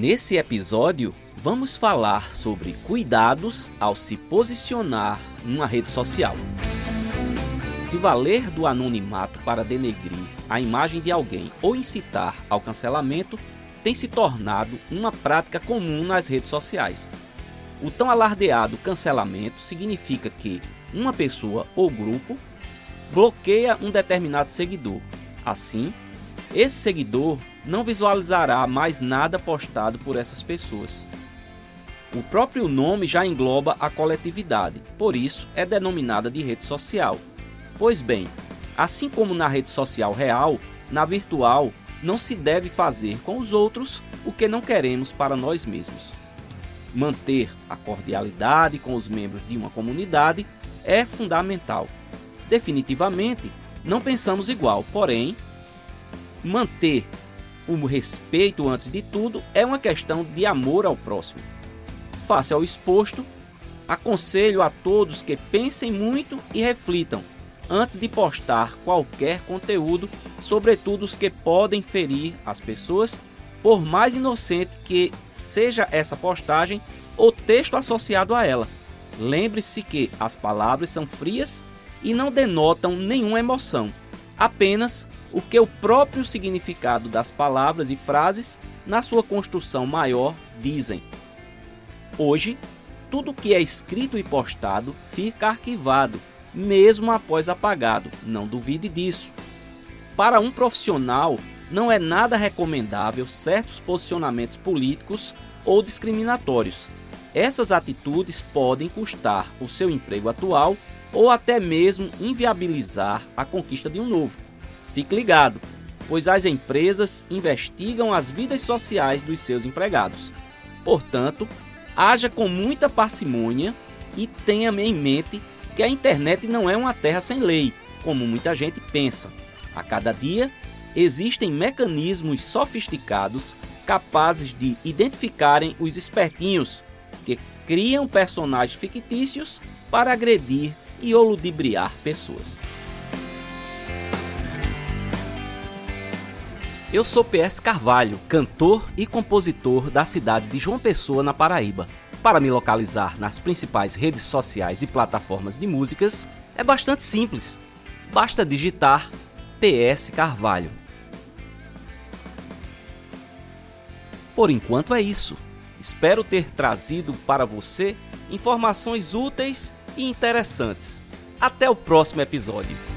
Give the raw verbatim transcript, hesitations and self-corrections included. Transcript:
Nesse episódio, vamos falar sobre cuidados ao se posicionar numa rede social. Se valer do anonimato para denegrir a imagem de alguém ou incitar ao cancelamento tem se tornado uma prática comum nas redes sociais. O tão alardeado cancelamento significa que uma pessoa ou grupo bloqueia um determinado seguidor. Assim, esse seguidor não visualizará mais nada postado por essas pessoas. O próprio nome já engloba a coletividade, por isso é denominada de rede social. Pois bem, assim como na rede social real, na virtual não se deve fazer com os outros o que não queremos para nós mesmos. Manter a cordialidade com os membros de uma comunidade é fundamental. Definitivamente, não pensamos igual, porém, manter o respeito antes de tudo é uma questão de amor ao próximo. Face ao exposto, aconselho a todos que pensem muito e reflitam antes de postar qualquer conteúdo, sobretudo os que podem ferir as pessoas, por mais inocente que seja essa postagem ou texto associado a ela. Lembre-se que as palavras são frias e não denotam nenhuma emoção, apenas o que o próprio significado das palavras e frases, na sua construção maior, dizem. Hoje, tudo que é escrito e postado fica arquivado, mesmo após apagado, não duvide disso. Para um profissional, não é nada recomendável certos posicionamentos políticos ou discriminatórios. Essas atitudes podem custar o seu emprego atual ou até mesmo inviabilizar a conquista de um novo. Fique ligado, pois as empresas investigam as vidas sociais dos seus empregados. Portanto, haja com muita parcimônia e tenha em mente que a internet não é uma terra sem lei, como muita gente pensa. A cada dia, existem mecanismos sofisticados capazes de identificarem os espertinhos que criam personagens fictícios para agredir e ou ludibriar pessoas. Eu sou P S Carvalho, cantor e compositor da cidade de João Pessoa, na Paraíba. Para me localizar nas principais redes sociais e plataformas de músicas, é bastante simples. Basta digitar P S Carvalho. Por enquanto é isso. Espero ter trazido para você informações úteis e interessantes. Até o próximo episódio.